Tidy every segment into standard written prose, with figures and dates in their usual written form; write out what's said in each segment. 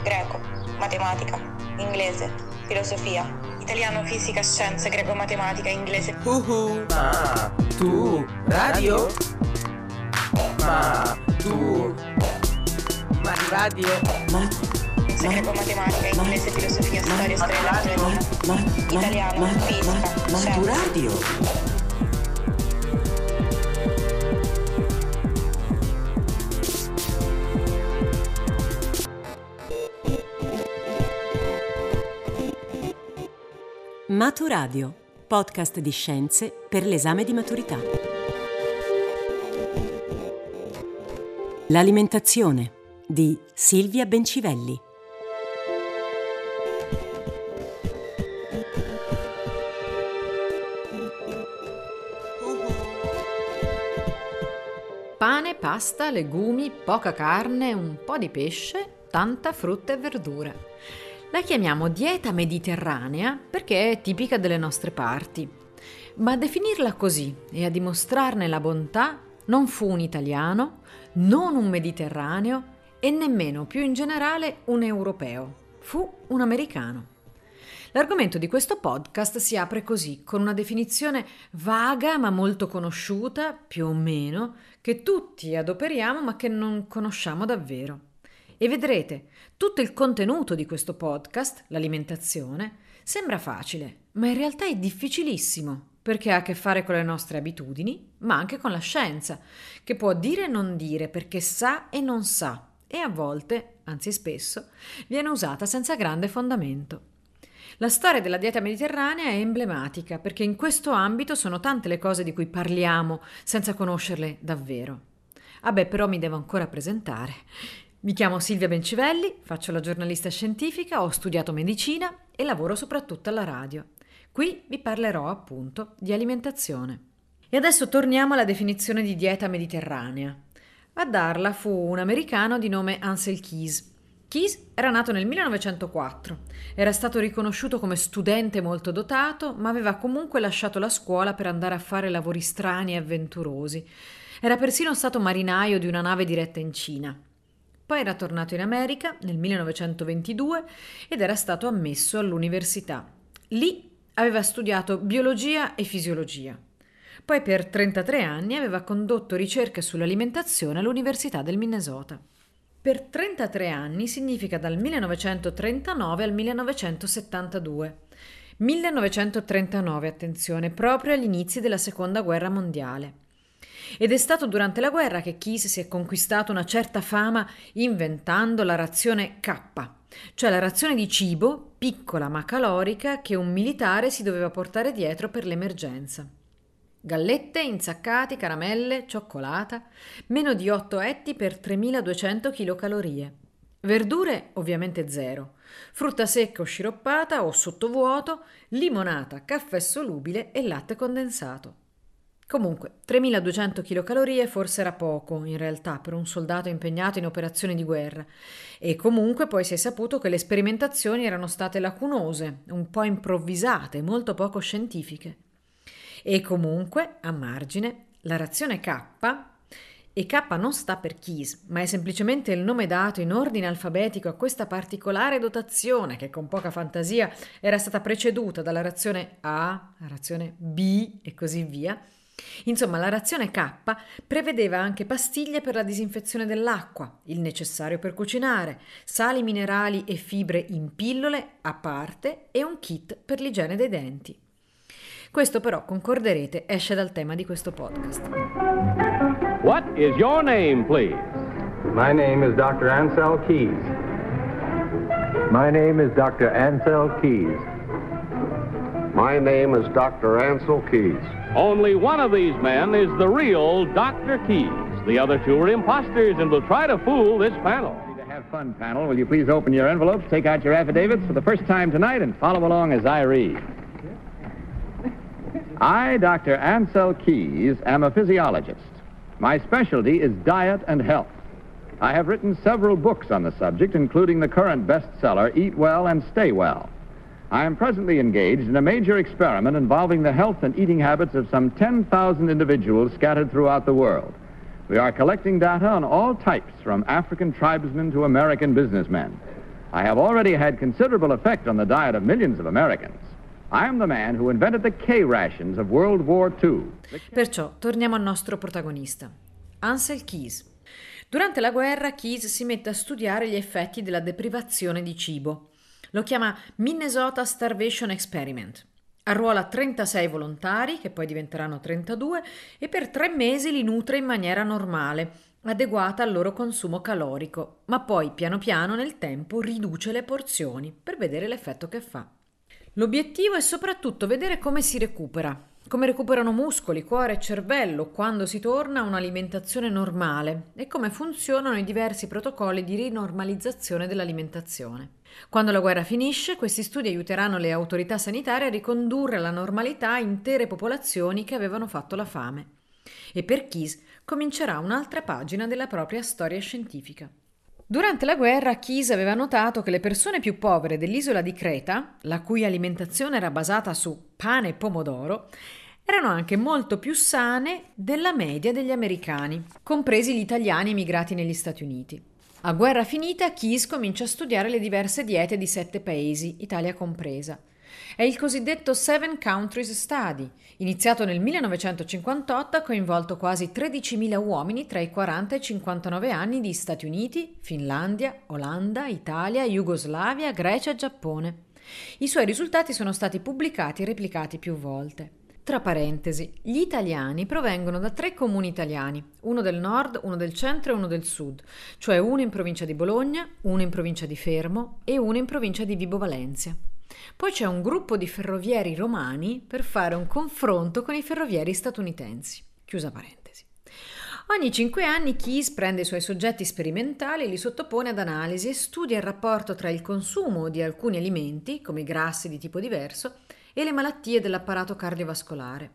greco, matematica, inglese, filosofia, italiano, fisica, scienze, greco, matematica, inglese. Ma tu radio? Ma tu radio? Greco, matematica, inglese, filosofia, storia, elettronica, italiano, fisica, scienze. Tu radio? Maturadio, podcast di scienze per l'esame di maturità. L'alimentazione di Silvia Bencivelli. Pane, pasta, legumi, poca carne, un po' di pesce, tanta frutta e verdura. La chiamiamo dieta mediterranea perché è tipica delle nostre parti. Ma a definirla così e a dimostrarne la bontà non fu un italiano, non un mediterraneo e nemmeno più in generale un europeo. Fu un americano. L'argomento di questo podcast si apre così, con una definizione vaga ma molto conosciuta, più o meno, che tutti adoperiamo ma che non conosciamo davvero. E vedrete, tutto il contenuto di questo podcast, l'alimentazione, sembra facile, ma in realtà è difficilissimo, perché ha a che fare con le nostre abitudini, ma anche con la scienza, che può dire e non dire perché sa e non sa, e a volte, anzi spesso, viene usata senza grande fondamento. La storia della dieta mediterranea è emblematica, perché in questo ambito sono tante le cose di cui parliamo senza conoscerle davvero. Però mi devo ancora presentare. Mi chiamo Silvia Bencivelli, faccio la giornalista scientifica, ho studiato medicina e lavoro soprattutto alla radio. Qui vi parlerò appunto di alimentazione. E adesso torniamo alla definizione di dieta mediterranea. A darla fu un americano di nome Ancel Keys. Keys era nato nel 1904, era stato riconosciuto come studente molto dotato, ma aveva comunque lasciato la scuola per andare a fare lavori strani e avventurosi. Era persino stato marinaio di una nave diretta in Cina. Poi era tornato in America nel 1922 ed era stato ammesso all'università. Lì aveva studiato biologia e fisiologia. Poi per 33 anni aveva condotto ricerche sull'alimentazione all'Università del Minnesota. Per 33 anni significa dal 1939 al 1972. 1939, attenzione, proprio agli inizi della Seconda Guerra Mondiale. Ed è stato durante la guerra che Keys si è conquistato una certa fama inventando la razione K, cioè la razione di cibo, piccola ma calorica, che un militare si doveva portare dietro per l'emergenza. Gallette, insaccati, caramelle, cioccolata, meno di 8 etti per 3200 kcal. Verdure ovviamente zero, frutta secca o sciroppata o sottovuoto, limonata, caffè solubile e latte condensato. Comunque, 3200 kcal forse era poco, in realtà, per un soldato impegnato in operazioni di guerra. E comunque poi si è saputo che le sperimentazioni erano state lacunose, un po' improvvisate, molto poco scientifiche. E comunque, a margine, la razione K, e K non sta per Keys, ma è semplicemente il nome dato in ordine alfabetico a questa particolare dotazione che con poca fantasia era stata preceduta dalla razione A, la razione B e così via. Insomma, la razione K prevedeva anche pastiglie per la disinfezione dell'acqua, il necessario per cucinare, sali minerali e fibre in pillole a parte e un kit per l'igiene dei denti. Questo però, concorderete, esce dal tema di questo podcast. What is your name, please? My name is Dr. Ancel Keys. My name is Dr. Ancel Keys. My name is Dr. Ancel Keys. Only one of these men is the real Dr. Keys. The other two are imposters and will try to fool this panel. To have fun, panel. Will you please open your envelopes, take out your affidavits for the first time tonight, and follow along as I read. I, Dr. Ancel Keys, am a physiologist. My specialty is diet and health. I have written several books on the subject, including the current bestseller, Eat Well and Stay Well. I am presently engaged in a major experiment involving the health and eating habits of some 10,000 individuals scattered throughout the world. We are collecting data on all types, from African tribesmen to American businessmen. I have already had considerable effect on the diet of millions of Americans. I am the man who invented the K-rations of World War II. Perciò torniamo al nostro protagonista, Ancel Keys. Durante la guerra Keys si mette a studiare gli effetti della deprivazione di cibo. Lo chiama Minnesota Starvation Experiment. Arruola 36 volontari, che poi diventeranno 32, e per 3 mesi li nutre in maniera normale, adeguata al loro consumo calorico, ma poi piano piano nel tempo riduce le porzioni per vedere l'effetto che fa. L'obiettivo è soprattutto vedere come si recupera, come recuperano muscoli, cuore e cervello quando si torna a un'alimentazione normale e come funzionano i diversi protocolli di rinormalizzazione dell'alimentazione. Quando la guerra finisce, questi studi aiuteranno le autorità sanitarie a ricondurre alla normalità intere popolazioni che avevano fatto la fame. E per Keys comincerà un'altra pagina della propria storia scientifica. Durante la guerra Keys aveva notato che le persone più povere dell'isola di Creta, la cui alimentazione era basata su pane e pomodoro, erano anche molto più sane della media degli americani, compresi gli italiani emigrati negli Stati Uniti. A guerra finita Keys comincia a studiare le diverse diete di 7 paesi, Italia compresa. È il cosiddetto Seven Countries Study, iniziato nel 1958 e ha coinvolto quasi 13.000 uomini tra i 40 e i 59 anni di Stati Uniti, Finlandia, Olanda, Italia, Jugoslavia, Grecia e Giappone. I suoi risultati sono stati pubblicati e replicati più volte. Tra parentesi, gli italiani provengono da 3 comuni italiani, uno del nord, uno del centro e uno del sud, cioè uno in provincia di Bologna, uno in provincia di Fermo e uno in provincia di Vibo Valentia. Poi c'è un gruppo di ferrovieri romani per fare un confronto con i ferrovieri statunitensi. Chiusa parentesi. Ogni 5 anni Keys prende i suoi soggetti sperimentali e li sottopone ad analisi e studia il rapporto tra il consumo di alcuni alimenti, come i grassi di tipo diverso, e le malattie dell'apparato cardiovascolare.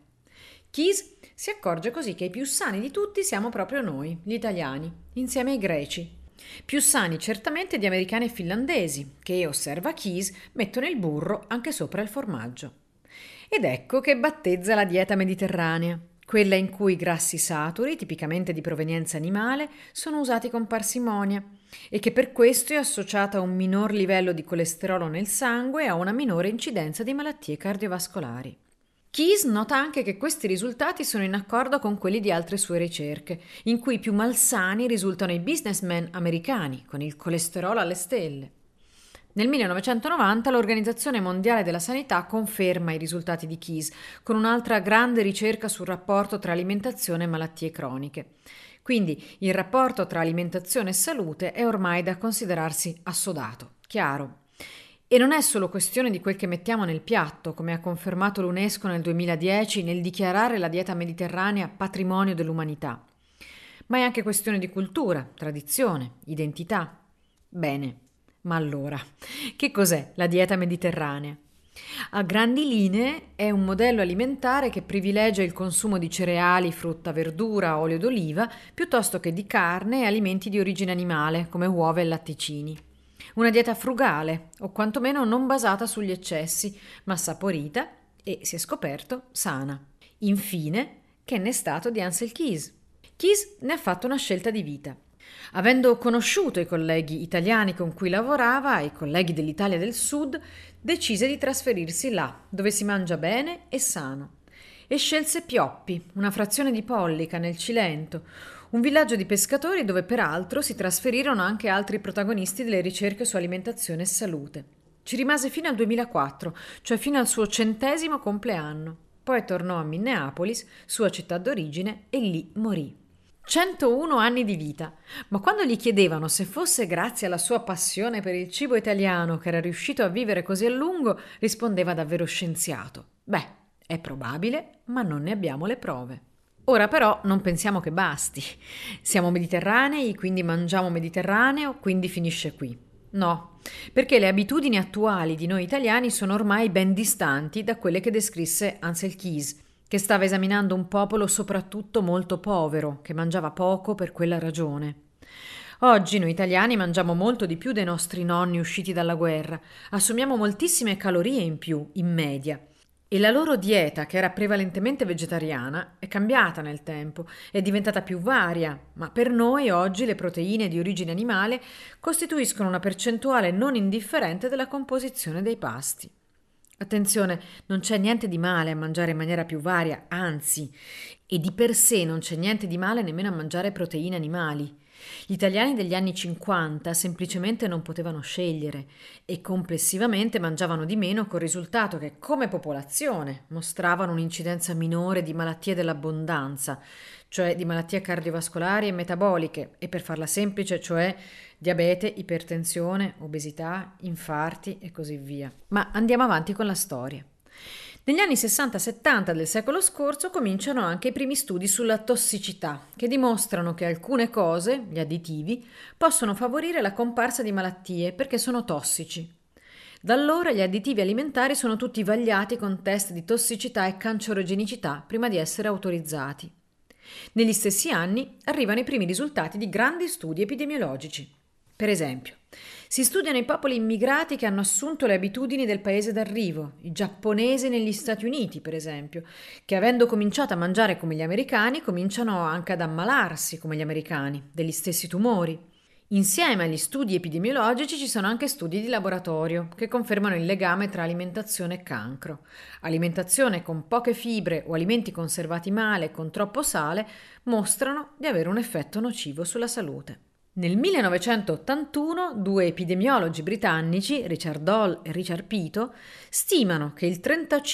Keys si accorge così che i più sani di tutti siamo proprio noi, gli italiani, insieme ai greci. Più sani certamente di americani e finlandesi, che, osserva Keys, mettono il burro anche sopra il formaggio. Ed ecco che battezza la dieta mediterranea, quella in cui i grassi saturi, tipicamente di provenienza animale, sono usati con parsimonia e che per questo è associata a un minor livello di colesterolo nel sangue e a una minore incidenza di malattie cardiovascolari. Keys nota anche che questi risultati sono in accordo con quelli di altre sue ricerche, in cui più malsani risultano i businessmen americani, con il colesterolo alle stelle. Nel 1990 l'Organizzazione Mondiale della Sanità conferma i risultati di Keys, con un'altra grande ricerca sul rapporto tra alimentazione e malattie croniche. Quindi il rapporto tra alimentazione e salute è ormai da considerarsi assodato, chiaro. E non è solo questione di quel che mettiamo nel piatto, come ha confermato l'UNESCO nel 2010 nel dichiarare la dieta mediterranea patrimonio dell'umanità, ma è anche questione di cultura, tradizione, identità. Bene, ma allora, che cos'è la dieta mediterranea? A grandi linee è un modello alimentare che privilegia il consumo di cereali, frutta, verdura, olio d'oliva, piuttosto che di carne e alimenti di origine animale, come uova e latticini. Una dieta frugale, o quantomeno non basata sugli eccessi, ma saporita e, si è scoperto, sana. Infine, che ne è stato di Ancel Keys? Keys ne ha fatto una scelta di vita. Avendo conosciuto i colleghi italiani con cui lavorava, i colleghi dell'Italia del Sud, decise di trasferirsi là, dove si mangia bene e sano. E scelse Pioppi, una frazione di Pollica, nel Cilento, un villaggio di pescatori dove peraltro si trasferirono anche altri protagonisti delle ricerche su alimentazione e salute. Ci rimase fino al 2004, cioè fino al suo 100° compleanno. Poi tornò a Minneapolis, sua città d'origine, e lì morì. 101 anni di vita, ma quando gli chiedevano se fosse grazie alla sua passione per il cibo italiano che era riuscito a vivere così a lungo, rispondeva davvero scienziato. Beh, è probabile, ma non ne abbiamo le prove. Ora però non pensiamo che basti. Siamo mediterranei, quindi mangiamo mediterraneo, quindi finisce qui. No, perché le abitudini attuali di noi italiani sono ormai ben distanti da quelle che descrisse Ancel Keys, che stava esaminando un popolo soprattutto molto povero, che mangiava poco per quella ragione. Oggi noi italiani mangiamo molto di più dei nostri nonni usciti dalla guerra, assumiamo moltissime calorie in più, in media. E la loro dieta, che era prevalentemente vegetariana, è cambiata nel tempo, è diventata più varia, ma per noi oggi le proteine di origine animale costituiscono una percentuale non indifferente della composizione dei pasti. Attenzione, non c'è niente di male a mangiare in maniera più varia, anzi, e di per sé non c'è niente di male nemmeno a mangiare proteine animali. Gli italiani degli anni 50 semplicemente non potevano scegliere e complessivamente mangiavano di meno, col risultato che come popolazione mostravano un'incidenza minore di malattie dell'abbondanza, cioè di malattie cardiovascolari e metaboliche, e per farla semplice, cioè diabete, ipertensione, obesità, infarti e così via. Ma andiamo avanti con la storia. Negli anni 60-70 del secolo scorso cominciano anche i primi studi sulla tossicità, che dimostrano che alcune cose, gli additivi, possono favorire la comparsa di malattie perché sono tossici. Da allora gli additivi alimentari sono tutti vagliati con test di tossicità e cancerogenicità prima di essere autorizzati. Negli stessi anni arrivano i primi risultati di grandi studi epidemiologici. Per esempio, si studiano i popoli immigrati che hanno assunto le abitudini del paese d'arrivo, i giapponesi negli Stati Uniti, per esempio, che avendo cominciato a mangiare come gli americani, cominciano anche ad ammalarsi come gli americani, degli stessi tumori. Insieme agli studi epidemiologici ci sono anche studi di laboratorio che confermano il legame tra alimentazione e cancro. Alimentazione con poche fibre o alimenti conservati male con troppo sale mostrano di avere un effetto nocivo sulla salute. Nel 1981 due epidemiologi britannici, Richard Doll e Richard Peto, stimano che il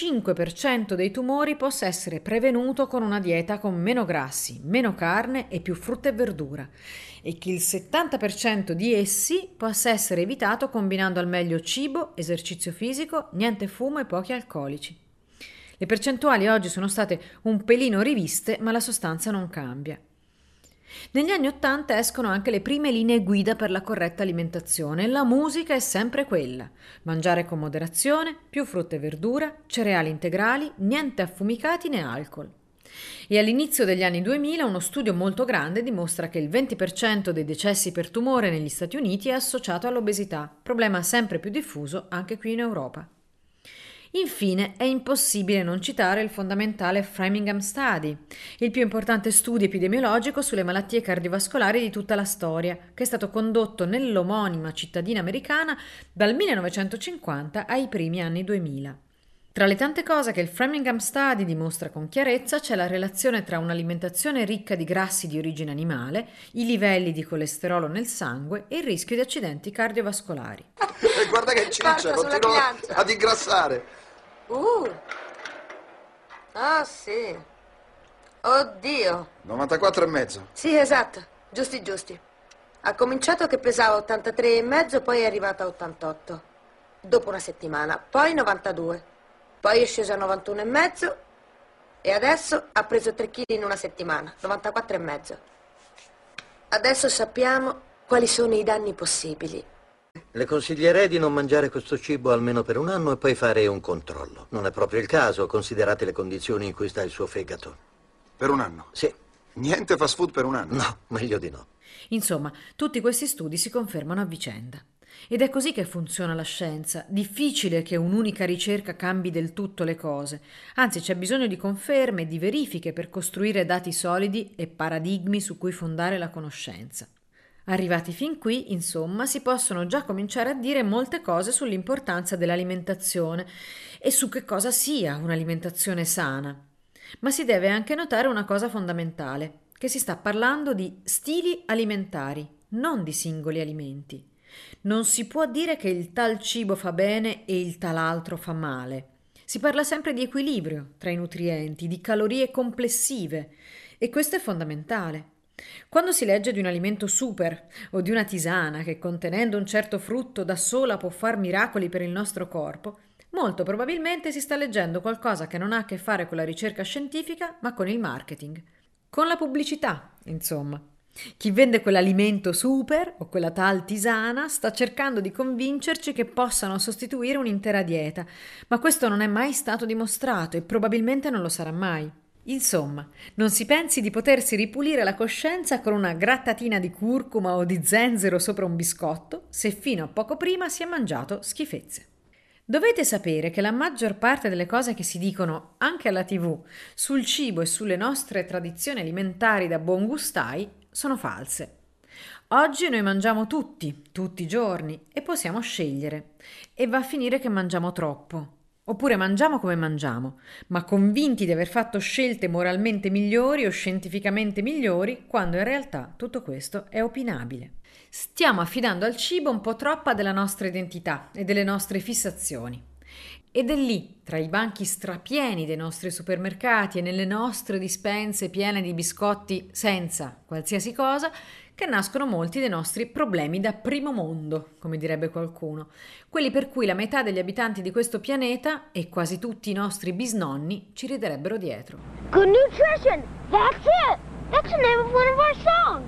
35% dei tumori possa essere prevenuto con una dieta con meno grassi, meno carne e più frutta e verdura, e che il 70% di essi possa essere evitato combinando al meglio cibo, esercizio fisico, niente fumo e pochi alcolici. Le percentuali oggi sono state un pelino riviste, ma la sostanza non cambia. Negli anni '80 escono anche le prime linee guida per la corretta alimentazione e la musica è sempre quella: mangiare con moderazione, più frutta e verdura, cereali integrali, niente affumicati né alcol. E all'inizio degli anni 2000 uno studio molto grande dimostra che il 20% dei decessi per tumore negli Stati Uniti è associato all'obesità, problema sempre più diffuso anche qui in Europa. Infine, è impossibile non citare il fondamentale Framingham Study, il più importante studio epidemiologico sulle malattie cardiovascolari di tutta la storia, che è stato condotto nell'omonima cittadina americana dal 1950 ai primi anni 2000. Tra le tante cose che il Framingham Study dimostra con chiarezza c'è la relazione tra un'alimentazione ricca di grassi di origine animale, i livelli di colesterolo nel sangue e il rischio di accidenti cardiovascolari. E guarda che ciccia, continua ad ingrassare. Ah sì. Oddio. 94,5. Sì, esatto. Giusti. Ha cominciato che pesava 83,5, poi è arrivata a 88. Dopo una settimana. Poi 92. Poi è sceso a 91,5 e adesso ha preso 3 kg in una settimana. 94,5. Adesso sappiamo quali sono i danni possibili. Le consiglierei di non mangiare questo cibo almeno per un anno e poi fare un controllo. Non è proprio il caso, considerate le condizioni in cui sta il suo fegato. Per un anno? Sì. Niente fast food per un anno? No, meglio di no. Insomma, tutti questi studi si confermano a vicenda. Ed è così che funziona la scienza. Difficile che un'unica ricerca cambi del tutto le cose. Anzi, c'è bisogno di conferme e di verifiche per costruire dati solidi e paradigmi su cui fondare la conoscenza. Arrivati fin qui, insomma, si possono già cominciare a dire molte cose sull'importanza dell'alimentazione e su che cosa sia un'alimentazione sana. Ma si deve anche notare una cosa fondamentale, che si sta parlando di stili alimentari, non di singoli alimenti. Non si può dire che il tal cibo fa bene e il tal altro fa male. Si parla sempre di equilibrio tra i nutrienti, di calorie complessive, e questo è fondamentale. Quando si legge di un alimento super o di una tisana che contenendo un certo frutto da sola può far miracoli per il nostro corpo, molto probabilmente si sta leggendo qualcosa che non ha a che fare con la ricerca scientifica, ma con il marketing, con la pubblicità, insomma. Chi vende quell'alimento super o quella tal tisana sta cercando di convincerci che possano sostituire un'intera dieta, ma questo non è mai stato dimostrato e probabilmente non lo sarà mai. Insomma, non si pensi di potersi ripulire la coscienza con una grattatina di curcuma o di zenzero sopra un biscotto se fino a poco prima si è mangiato schifezze. Dovete sapere che la maggior parte delle cose che si dicono anche alla TV sul cibo e sulle nostre tradizioni alimentari da buon gustai sono false. Oggi noi mangiamo tutti i giorni e possiamo scegliere e va a finire che mangiamo troppo. Oppure mangiamo come mangiamo, ma convinti di aver fatto scelte moralmente migliori o scientificamente migliori, quando in realtà tutto questo è opinabile. Stiamo affidando al cibo un po' troppa della nostra identità e delle nostre fissazioni. Ed è lì, tra i banchi strapieni dei nostri supermercati e nelle nostre dispense piene di biscotti senza qualsiasi cosa, che nascono molti dei nostri problemi da primo mondo, come direbbe qualcuno, quelli per cui la metà degli abitanti di questo pianeta e quasi tutti i nostri bisnonni ci riderebbero dietro. Good nutrition! That's it! That's the name of one of our songs!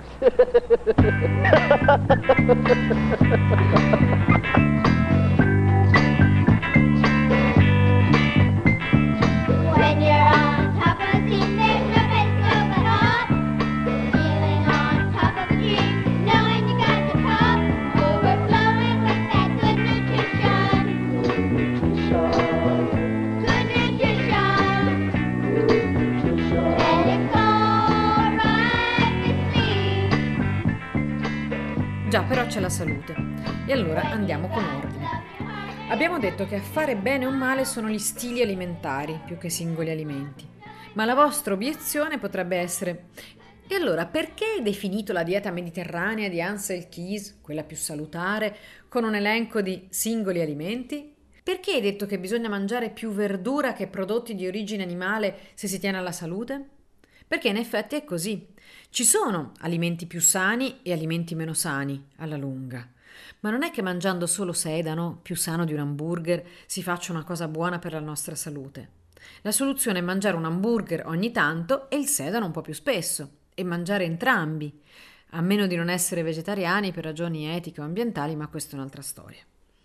When you're on top of a team, there's no place to go but up. Feeling on top of a dream, knowing you got the cup, overflowing with that good nutrition. Good nutrition. And it's all right with me. Già, però c'è la salute. E allora andiamo con ordine. Abbiamo detto che a fare bene o male sono gli stili alimentari più che singoli alimenti. Ma la vostra obiezione potrebbe essere: e allora perché hai definito la dieta mediterranea di Ancel Keys, quella più salutare, con un elenco di singoli alimenti? Perché hai detto che bisogna mangiare più verdura che prodotti di origine animale se si tiene alla salute? Perché in effetti è così. Ci sono alimenti più sani e alimenti meno sani alla lunga. Ma non è che mangiando solo sedano, più sano di un hamburger, si faccia una cosa buona per la nostra salute. La soluzione è mangiare un hamburger ogni tanto e il sedano un po' più spesso, e mangiare entrambi, a meno di non essere vegetariani per ragioni etiche o ambientali, ma questa è un'altra storia.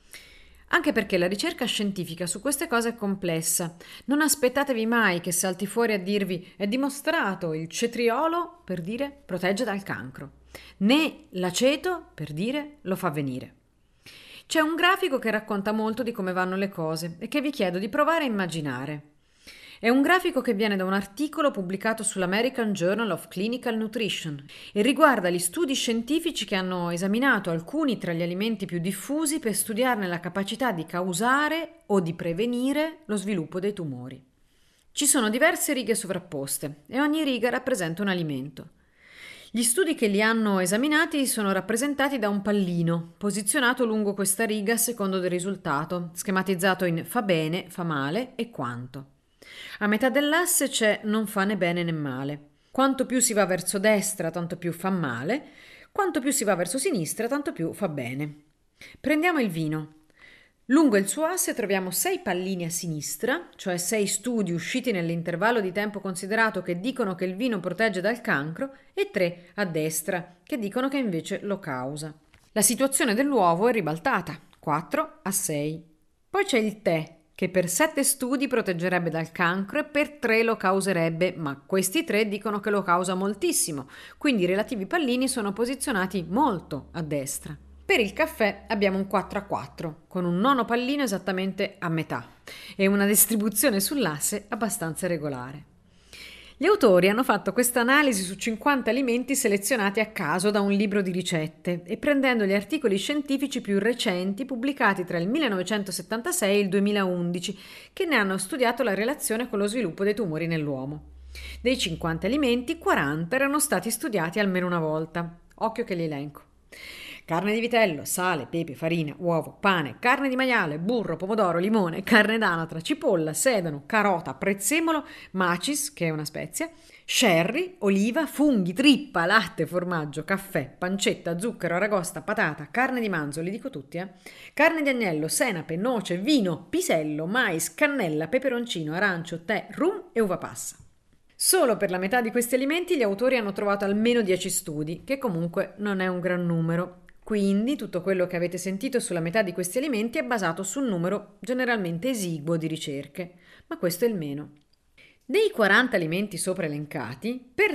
Anche perché la ricerca scientifica su queste cose è complessa. Non aspettatevi mai che salti fuori a dirvi: è dimostrato, il cetriolo, per dire, protegge dal cancro, né l'aceto, per dire, lo fa venire. C'è un grafico che racconta molto di come vanno le cose e che vi chiedo di provare a immaginare. È un grafico che viene da un articolo pubblicato sull'American Journal of Clinical Nutrition e riguarda gli studi scientifici che hanno esaminato alcuni tra gli alimenti più diffusi per studiarne la capacità di causare o di prevenire lo sviluppo dei tumori. Ci sono diverse righe sovrapposte e ogni riga rappresenta un alimento. Gli studi che li hanno esaminati sono rappresentati da un pallino, posizionato lungo questa riga a secondo del risultato, schematizzato in fa bene, fa male e quanto. A metà dell'asse c'è non fa né bene né male. Quanto più si va verso destra, tanto più fa male, quanto più si va verso sinistra, tanto più fa bene. Prendiamo il vino. Lungo il suo asse troviamo 6 pallini a sinistra, cioè 6 studi usciti nell'intervallo di tempo considerato che dicono che il vino protegge dal cancro, e 3 a destra, che dicono che invece lo causa. La situazione dell'uovo è ribaltata, 4 a 6. Poi c'è il tè, che per 7 studi proteggerebbe dal cancro e per 3 lo causerebbe, ma questi 3 dicono che lo causa moltissimo, quindi i relativi pallini sono posizionati molto a destra. Per il caffè abbiamo un 4 a 4, con un nono pallino esattamente a metà e una distribuzione sull'asse abbastanza regolare. Gli autori hanno fatto questa analisi su 50 alimenti selezionati a caso da un libro di ricette e prendendo gli articoli scientifici più recenti pubblicati tra il 1976 e il 2011 che ne hanno studiato la relazione con lo sviluppo dei tumori nell'uomo. Dei 50 alimenti, 40 erano stati studiati almeno una volta. Occhio che li elenco. Carne di vitello, sale, pepe, farina, uovo, pane, carne di maiale, burro, pomodoro, limone, carne d'anatra, cipolla, sedano, carota, prezzemolo, macis, che è una spezia, sherry, oliva, funghi, trippa, latte, formaggio, caffè, pancetta, zucchero, aragosta, patata, carne di manzo, li dico tutti, carne di agnello, senape, noce, vino, pisello, mais, cannella, peperoncino, arancio, tè, rum e uva passa. Solo per la metà di questi alimenti gli autori hanno trovato almeno 10 studi, che comunque non è un gran numero. Quindi tutto quello che avete sentito sulla metà di questi alimenti è basato su un numero generalmente esiguo di ricerche, ma questo è il meno. Dei 40 alimenti sopra elencati, per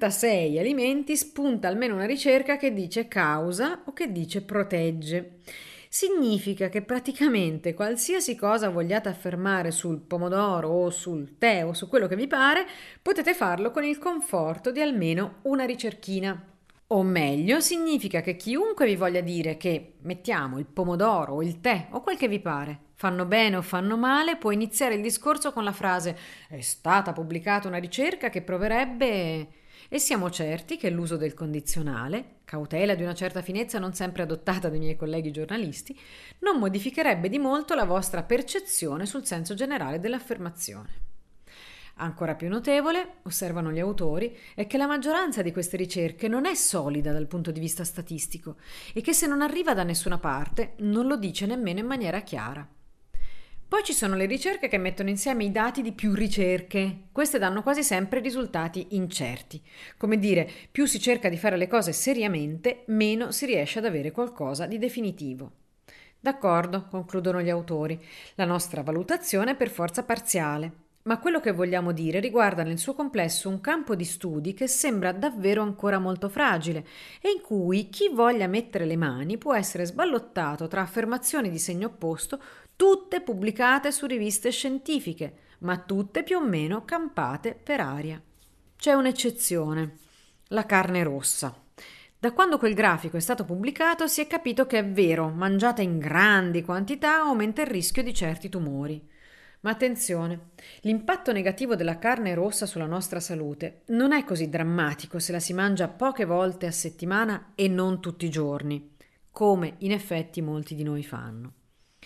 36 alimenti spunta almeno una ricerca che dice causa o che dice protegge. significa che praticamente qualsiasi cosa vogliate affermare sul pomodoro o sul tè o su quello che vi pare, potete farlo con il conforto di almeno una ricerchina. O meglio, significa che chiunque vi voglia dire che, mettiamo, il pomodoro o il tè o quel che vi pare, fanno bene o fanno male, può iniziare il discorso con la frase «È stata pubblicata una ricerca che proverebbe...» E siamo certi che l'uso del condizionale, cautela di una certa finezza non sempre adottata dai miei colleghi giornalisti, non modificherebbe di molto la vostra percezione sul senso generale dell'affermazione. Ancora più notevole, osservano gli autori, è che la maggioranza di queste ricerche non è solida dal punto di vista statistico e che se non arriva da nessuna parte non lo dice nemmeno in maniera chiara. Poi ci sono le ricerche che mettono insieme i dati di più ricerche. Queste danno quasi sempre risultati incerti. Come dire, più si cerca di fare le cose seriamente, meno si riesce ad avere qualcosa di definitivo. D'accordo, concludono gli autori, la nostra valutazione è per forza parziale. Ma quello che vogliamo dire riguarda nel suo complesso un campo di studi che sembra davvero ancora molto fragile e in cui chi voglia mettere le mani può essere sballottato tra affermazioni di segno opposto, tutte pubblicate su riviste scientifiche, ma tutte più o meno campate per aria. C'è un'eccezione, la carne rossa. Da quando quel grafico è stato pubblicato si è capito che è vero, mangiata in grandi quantità aumenta il rischio di certi tumori. Ma attenzione, l'impatto negativo della carne rossa sulla nostra salute non è così drammatico se la si mangia poche volte a settimana e non tutti i giorni, come in effetti molti di noi fanno.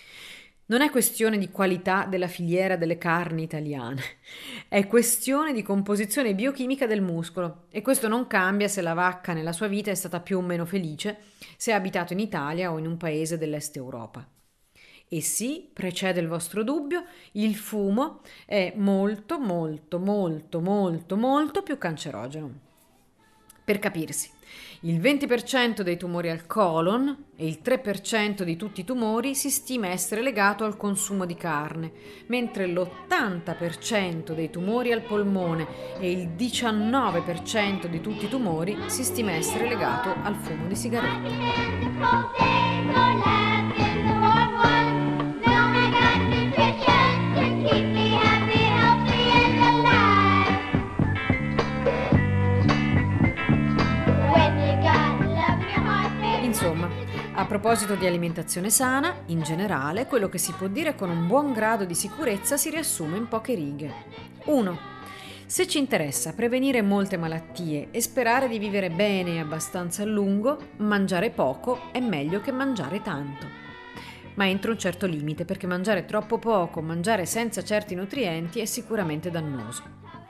Non è questione di qualità della filiera delle carni italiane, è questione di composizione biochimica del muscolo e questo non cambia se la vacca nella sua vita è stata più o meno felice, se ha abitato in Italia o in un paese dell'Est Europa. E sì, precede il vostro dubbio, il fumo è molto più cancerogeno. Per capirsi, il 20% dei tumori al colon e il 3% di tutti i tumori si stima essere legato al consumo di carne, mentre l'80% dei tumori al polmone e il 19% di tutti i tumori si stima essere legato al fumo di sigarette. Insomma, a proposito di alimentazione sana, in generale, quello che si può dire con un buon grado di sicurezza si riassume in poche righe. 1. Se ci interessa prevenire molte malattie e sperare di vivere bene e abbastanza a lungo, mangiare poco è meglio che mangiare tanto. Ma entro un certo limite, perché mangiare troppo poco, mangiare senza certi nutrienti è sicuramente dannoso.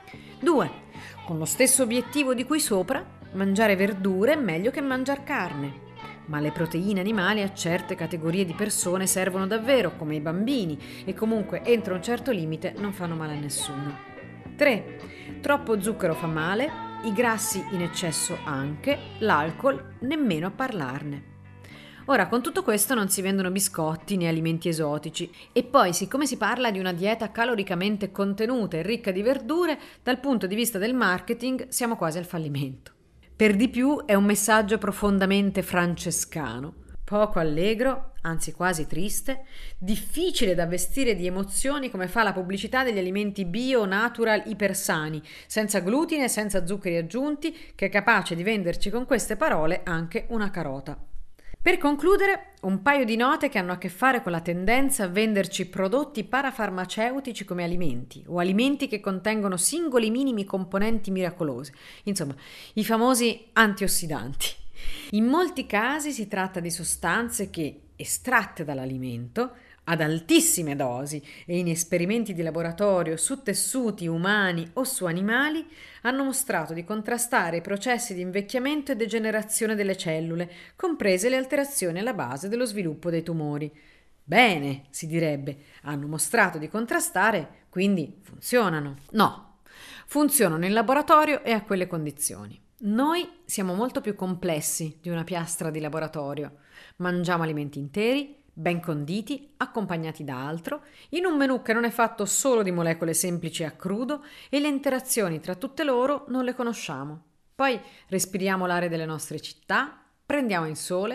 2. Con lo stesso obiettivo di qui sopra, mangiare verdure è meglio che mangiare carne. Ma le proteine animali a certe categorie di persone servono davvero, come i bambini, e comunque entro un certo limite non fanno male a nessuno. 3. Troppo zucchero fa male, i grassi in eccesso anche, l'alcol nemmeno a parlarne. Ora, con tutto questo non si vendono biscotti né alimenti esotici e poi, siccome si parla di una dieta caloricamente contenuta e ricca di verdure, dal punto di vista del marketing siamo quasi al fallimento. Per di più è un messaggio profondamente francescano, poco allegro, anzi quasi triste, difficile da vestire di emozioni come fa la pubblicità degli alimenti bio, natural, ipersani, senza glutine e senza zuccheri aggiunti, che è capace di venderci con queste parole anche una carota. Per concludere, un paio di note che hanno a che fare con la tendenza a venderci prodotti parafarmaceutici come alimenti o alimenti che contengono singoli minimi componenti miracolose, insomma, i famosi antiossidanti. In molti casi si tratta di sostanze che, estratte dall'alimento, ad altissime dosi e in esperimenti di laboratorio su tessuti umani o su animali, hanno mostrato di contrastare i processi di invecchiamento e degenerazione delle cellule, comprese le alterazioni alla base dello sviluppo dei tumori. Bene, si direbbe, hanno mostrato di contrastare, quindi funzionano. No, funzionano in laboratorio e a quelle condizioni. Noi siamo molto più complessi di una piastra di laboratorio. Mangiamo alimenti interi, ben conditi, accompagnati da altro, in un menù che non è fatto solo di molecole semplici a crudo e le interazioni tra tutte loro non le conosciamo. Poi respiriamo l'aria delle nostre città, prendiamo il sole,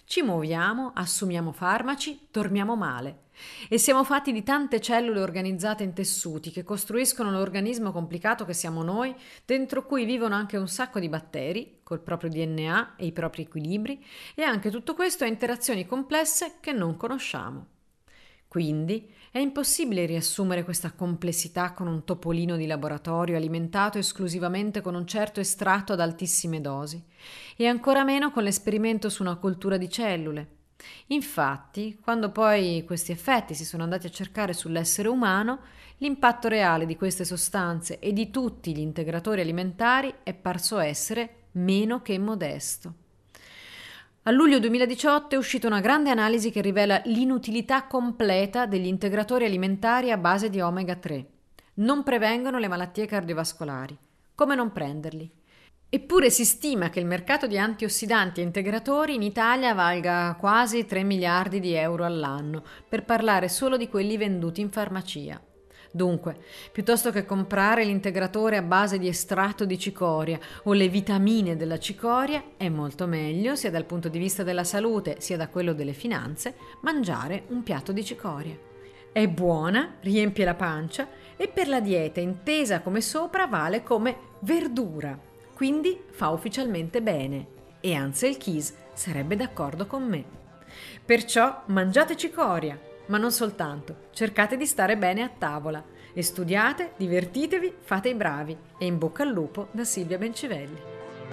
Ci muoviamo, assumiamo farmaci, dormiamo male. E siamo fatti di tante cellule organizzate in tessuti che costruiscono l'organismo complicato che siamo noi, dentro cui vivono anche un sacco di batteri, col proprio DNA e i propri equilibri, e anche tutto questo ha interazioni complesse che non conosciamo. Quindi è impossibile riassumere questa complessità con un topolino di laboratorio alimentato esclusivamente con un certo estratto ad altissime dosi, e ancora meno con l'esperimento su una cultura di cellule. Infatti, quando poi questi effetti si sono andati a cercare sull'essere umano, l'impatto reale di queste sostanze e di tutti gli integratori alimentari è parso essere meno che modesto. A luglio 2018 è uscita una grande analisi che rivela l'inutilità completa degli integratori alimentari a base di omega 3. Non prevengono le malattie cardiovascolari. Come non prenderli? Eppure si stima che il mercato di antiossidanti e integratori in Italia valga quasi 3 miliardi di euro all'anno, per parlare solo di quelli venduti in farmacia. Dunque, piuttosto che comprare l'integratore a base di estratto di cicoria o le vitamine della cicoria, è molto meglio, sia dal punto di vista della salute sia da quello delle finanze, mangiare un piatto di cicoria. È buona, riempie la pancia e per la dieta intesa come sopra vale come verdura. Quindi fa ufficialmente bene e Ansel Keys sarebbe d'accordo con me. Perciò mangiate cicoria, ma non soltanto, cercate di stare bene a tavola e studiate, divertitevi, fate i bravi e in bocca al lupo da Silvia Bencivelli.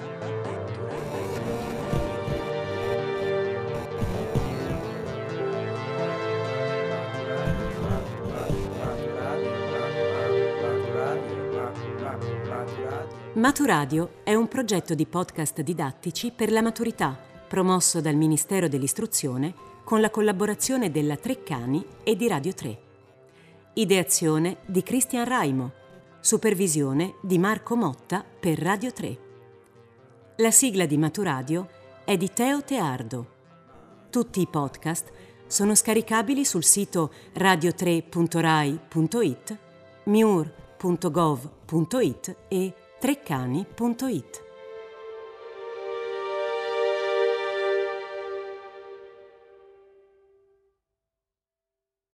Maturadio è un progetto di podcast didattici per la maturità, promosso dal Ministero dell'Istruzione con la collaborazione della Treccani e di Radio 3. Ideazione di Cristian Raimo, supervisione di Marco Motta per Radio 3. La sigla di Maturadio è di Teo Teardo. Tutti i podcast sono scaricabili sul sito radio3.rai.it, miur.gov.it e treccani.it.